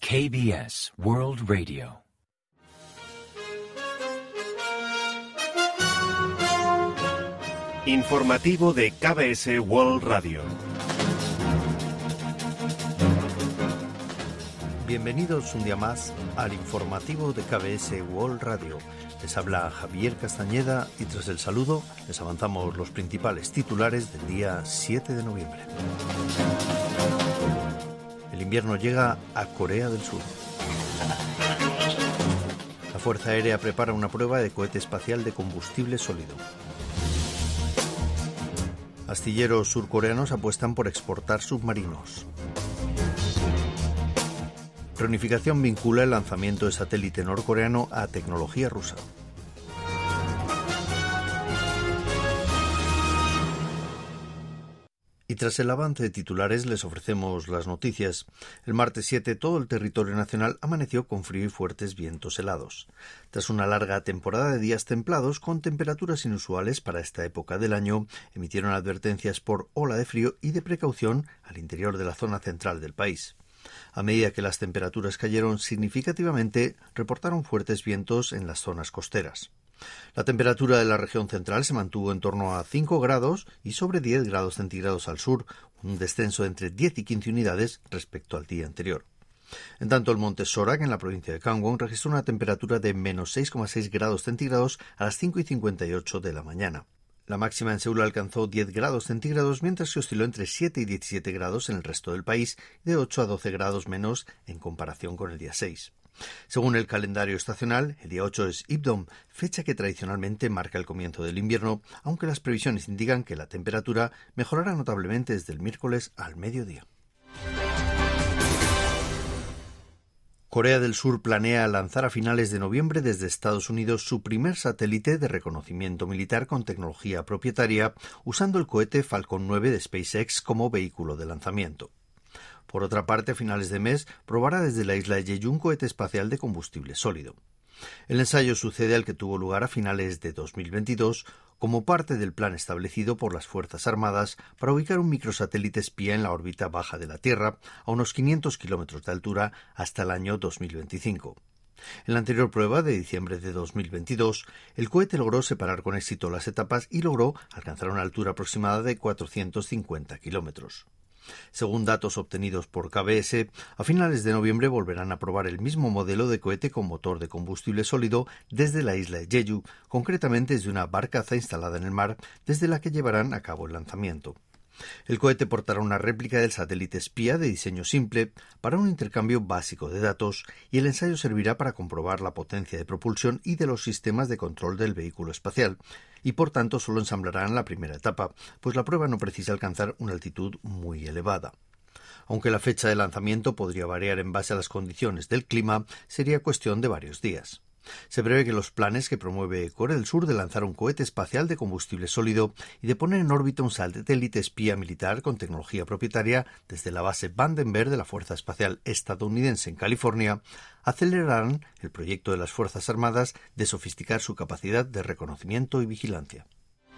KBS World Radio. Informativo de KBS World Radio. Bienvenidos un día más al informativo de KBS World Radio. Les habla Javier Castañeda y tras el saludo les avanzamos los principales titulares del día 7 de noviembre. El invierno llega a Corea del Sur. La Fuerza Aérea prepara una prueba de cohete espacial de combustible sólido. Astilleros surcoreanos apuestan por exportar submarinos. Reunificación vincula el lanzamiento de satélite norcoreano a tecnología rusa. Y tras el avance de titulares les ofrecemos las noticias. El martes 7 todo el territorio nacional amaneció con frío y fuertes vientos helados. Tras una larga temporada de días templados con temperaturas inusuales para esta época del año, emitieron advertencias por ola de frío y de precaución al interior de la zona central del país. A medida que las temperaturas cayeron significativamente, reportaron fuertes vientos en las zonas costeras. La temperatura de la región central se mantuvo en torno a 5 grados y sobre 10 grados centígrados al sur, un descenso de entre 10 y 15 unidades respecto al día anterior. En tanto, el monte Sorak, en la provincia de Gangwon, registró una temperatura de menos 6,6 grados centígrados a las 5:58 de la mañana. La máxima en Seúl alcanzó 10 grados centígrados, mientras que osciló entre 7 y 17 grados en el resto del país, de 8 a 12 grados menos en comparación con el día 6. Según el calendario estacional, el día 8 es Ibdom, fecha que tradicionalmente marca el comienzo del invierno, aunque las previsiones indican que la temperatura mejorará notablemente desde el miércoles al mediodía. Corea del Sur planea lanzar a finales de noviembre desde Estados Unidos su primer satélite de reconocimiento militar con tecnología propietaria, usando el cohete Falcon 9 de SpaceX como vehículo de lanzamiento. Por otra parte, a finales de mes, probará desde la isla de Jeju un cohete espacial de combustible sólido. El ensayo sucede al que tuvo lugar a finales de 2022 como parte del plan establecido por las Fuerzas Armadas para ubicar un microsatélite espía en la órbita baja de la Tierra a unos 500 kilómetros de altura hasta el año 2025. En la anterior prueba de diciembre de 2022, el cohete logró separar con éxito las etapas y logró alcanzar una altura aproximada de 450 kilómetros. Según datos obtenidos por KBS, a finales de noviembre volverán a probar el mismo modelo de cohete con motor de combustible sólido desde la isla de Jeju, concretamente desde una barcaza instalada en el mar, desde la que llevarán a cabo el lanzamiento. El cohete portará una réplica del satélite espía de diseño simple para un intercambio básico de datos y el ensayo servirá para comprobar la potencia de propulsión y de los sistemas de control del vehículo espacial y por tanto solo ensamblarán la primera etapa, pues la prueba no precisa alcanzar una altitud muy elevada. Aunque la fecha de lanzamiento podría variar en base a las condiciones del clima, sería cuestión de varios días. Se prevé que los planes que promueve Corea del Sur de lanzar un cohete espacial de combustible sólido y de poner en órbita un satélite espía militar con tecnología propietaria desde la base Vandenberg de la Fuerza Espacial Estadounidense en California acelerarán el proyecto de las Fuerzas Armadas de sofisticar su capacidad de reconocimiento y vigilancia.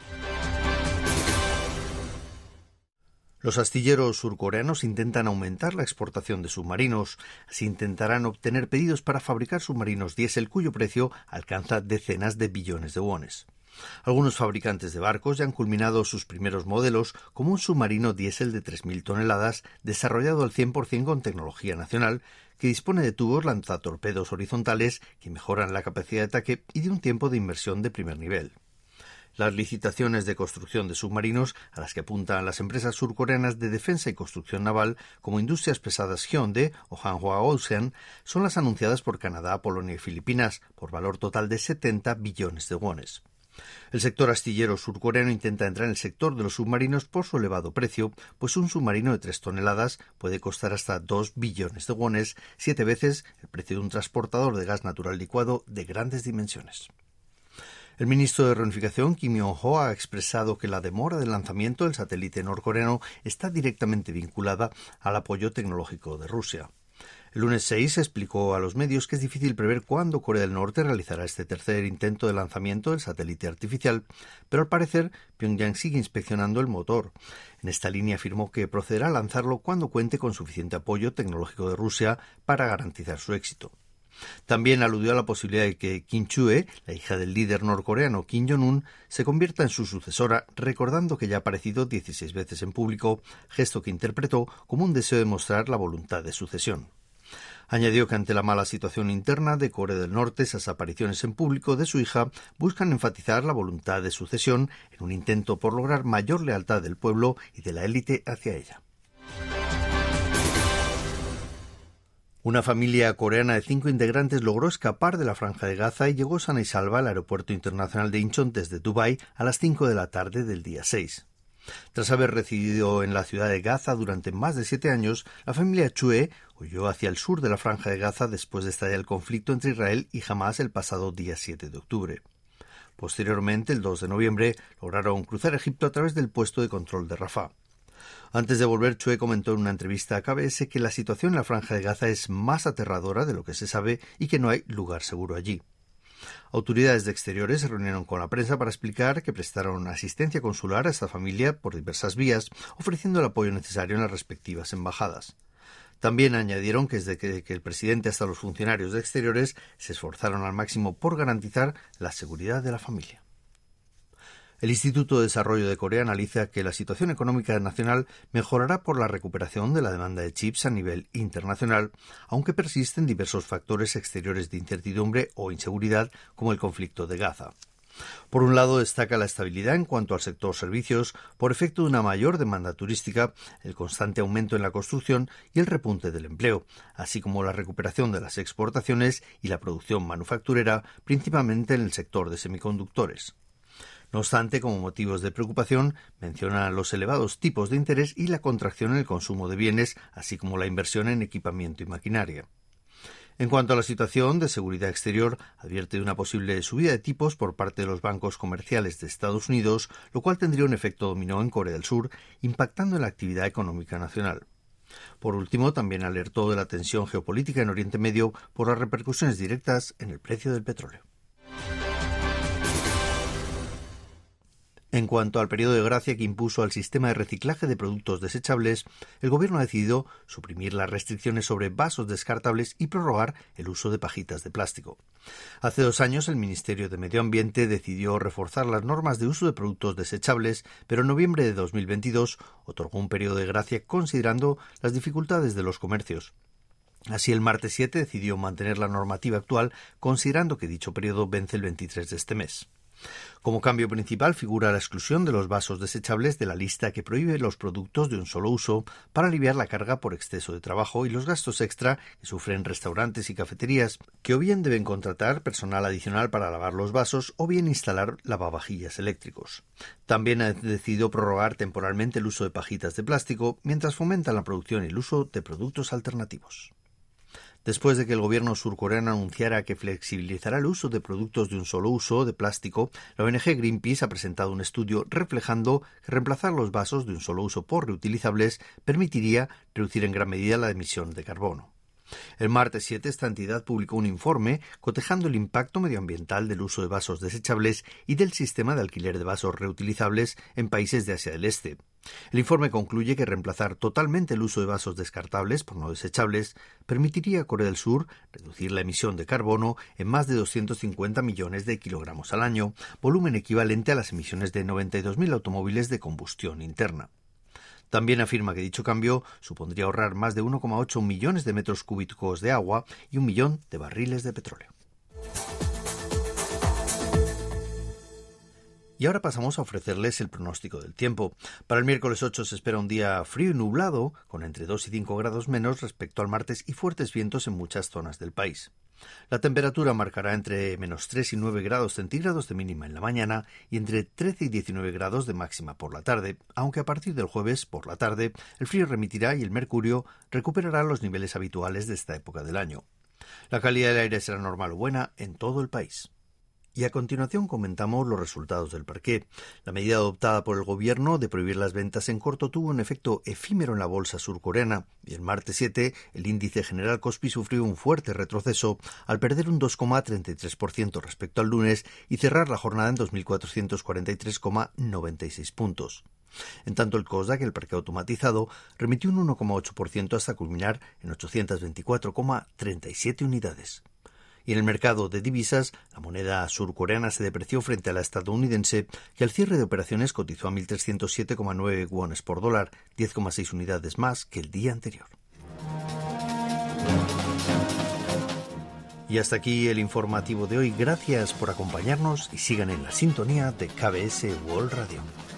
Los astilleros surcoreanos intentan aumentar la exportación de submarinos. Así intentarán obtener pedidos para fabricar submarinos diésel cuyo precio alcanza decenas de billones de wones. Algunos fabricantes de barcos ya han culminado sus primeros modelos, como un submarino diésel de 3.000 toneladas desarrollado al 100% con tecnología nacional, que dispone de tubos lanzatorpedos horizontales que mejoran la capacidad de ataque y de un tiempo de inmersión de primer nivel. Las licitaciones de construcción de submarinos, a las que apuntan las empresas surcoreanas de defensa y construcción naval como Industrias Pesadas Hyundai o Hanwha Ocean, son las anunciadas por Canadá, Polonia y Filipinas, por valor total de 70 billones de wones. El sector astillero surcoreano intenta entrar en el sector de los submarinos por su elevado precio, pues un submarino de 3 toneladas puede costar hasta 2 billones de wones, 7 veces el precio de un transportador de gas natural licuado de grandes dimensiones. El ministro de Reunificación, Kim Yong-ho, ha expresado que la demora del lanzamiento del satélite norcoreano está directamente vinculada al apoyo tecnológico de Rusia. El lunes 6 explicó a los medios que es difícil prever cuándo Corea del Norte realizará este tercer intento de lanzamiento del satélite artificial, pero al parecer Pyongyang sigue inspeccionando el motor. En esta línea afirmó que procederá a lanzarlo cuando cuente con suficiente apoyo tecnológico de Rusia para garantizar su éxito. También aludió a la posibilidad de que Kim Chue, la hija del líder norcoreano Kim Jong-un, se convierta en su sucesora, recordando que ya ha aparecido 16 veces en público, gesto que interpretó como un deseo de mostrar la voluntad de sucesión. Añadió que ante la mala situación interna de Corea del Norte, esas apariciones en público de su hija buscan enfatizar la voluntad de sucesión en un intento por lograr mayor lealtad del pueblo y de la élite hacia ella. Una familia coreana de 5 integrantes logró escapar de la Franja de Gaza y llegó sana y salva al aeropuerto internacional de Incheon desde Dubái a las 5 de la tarde del día 6. Tras haber residido en la ciudad de Gaza durante más de 7 años, la familia Chue huyó hacia el sur de la Franja de Gaza después de estallar el conflicto entre Israel y Hamás el pasado día 7 de octubre. Posteriormente, el 2 de noviembre, lograron cruzar Egipto a través del puesto de control de Rafah. Antes de volver, Chue comentó en una entrevista a KBS que la situación en la Franja de Gaza es más aterradora de lo que se sabe y que no hay lugar seguro allí. Autoridades de exteriores se reunieron con la prensa para explicar que prestaron asistencia consular a esta familia por diversas vías, ofreciendo el apoyo necesario en las respectivas embajadas. También añadieron que desde que el presidente hasta los funcionarios de exteriores se esforzaron al máximo por garantizar la seguridad de la familia. El Instituto de Desarrollo de Corea analiza que la situación económica nacional mejorará por la recuperación de la demanda de chips a nivel internacional, aunque persisten diversos factores exteriores de incertidumbre o inseguridad, como el conflicto de Gaza. Por un lado, destaca la estabilidad en cuanto al sector servicios por efecto de una mayor demanda turística, el constante aumento en la construcción y el repunte del empleo, así como la recuperación de las exportaciones y la producción manufacturera, principalmente en el sector de semiconductores. No obstante, como motivos de preocupación, menciona los elevados tipos de interés y la contracción en el consumo de bienes, así como la inversión en equipamiento y maquinaria. En cuanto a la situación de seguridad exterior, advierte de una posible subida de tipos por parte de los bancos comerciales de Estados Unidos, lo cual tendría un efecto dominó en Corea del Sur, impactando en la actividad económica nacional. Por último, también alertó de la tensión geopolítica en Oriente Medio por las repercusiones directas en el precio del petróleo. En cuanto al periodo de gracia que impuso al sistema de reciclaje de productos desechables, el Gobierno ha decidido suprimir las restricciones sobre vasos descartables y prorrogar el uso de pajitas de plástico. Hace 2 años el Ministerio de Medio Ambiente decidió reforzar las normas de uso de productos desechables, pero en noviembre de 2022 otorgó un periodo de gracia considerando las dificultades de los comercios. Así, el martes 7 decidió mantener la normativa actual, considerando que dicho periodo vence el 23 de este mes. Como cambio principal figura la exclusión de los vasos desechables de la lista que prohíbe los productos de un solo uso para aliviar la carga por exceso de trabajo y los gastos extra que sufren restaurantes y cafeterías, que o bien deben contratar personal adicional para lavar los vasos o bien instalar lavavajillas eléctricos. También ha decidido prorrogar temporalmente el uso de pajitas de plástico mientras fomentan la producción y el uso de productos alternativos. Después de que el gobierno surcoreano anunciara que flexibilizará el uso de productos de un solo uso de plástico, la ONG Greenpeace ha presentado un estudio reflejando que reemplazar los vasos de un solo uso por reutilizables permitiría reducir en gran medida la emisión de carbono. El martes 7 esta entidad publicó un informe cotejando el impacto medioambiental del uso de vasos desechables y del sistema de alquiler de vasos reutilizables en países de Asia del Este. El informe concluye que reemplazar totalmente el uso de vasos descartables por no desechables permitiría a Corea del Sur reducir la emisión de carbono en más de 250 millones de kilogramos al año, volumen equivalente a las emisiones de 92.000 automóviles de combustión interna. También afirma que dicho cambio supondría ahorrar más de 1,8 millones de metros cúbicos de agua y 1 millón de barriles de petróleo. Y ahora pasamos a ofrecerles el pronóstico del tiempo. Para el miércoles 8 se espera un día frío y nublado, con entre 2 y 5 grados menos respecto al martes y fuertes vientos en muchas zonas del país. La temperatura marcará entre menos 3 y 9 grados centígrados de mínima en la mañana y entre 13 y 19 grados de máxima por la tarde, aunque a partir del jueves por la tarde el frío remitirá y el mercurio recuperará los niveles habituales de esta época del año. La calidad del aire será normal o buena en todo el país. Y a continuación comentamos los resultados del parqué. La medida adoptada por el gobierno de prohibir las ventas en corto tuvo un efecto efímero en la bolsa surcoreana y el martes 7 el índice general Kospi sufrió un fuerte retroceso al perder un 2,33% respecto al lunes y cerrar la jornada en 2.443,96 puntos. En tanto, el Kosdaq, el parqué automatizado, remitió un 1,8% hasta culminar en 824,37 unidades. Y en el mercado de divisas, la moneda surcoreana se depreció frente a la estadounidense, que al cierre de operaciones cotizó a 1.307,9 wones por dólar, 10,6 unidades más que el día anterior. Y hasta aquí el informativo de hoy. Gracias por acompañarnos y sigan en la sintonía de KBS World Radio.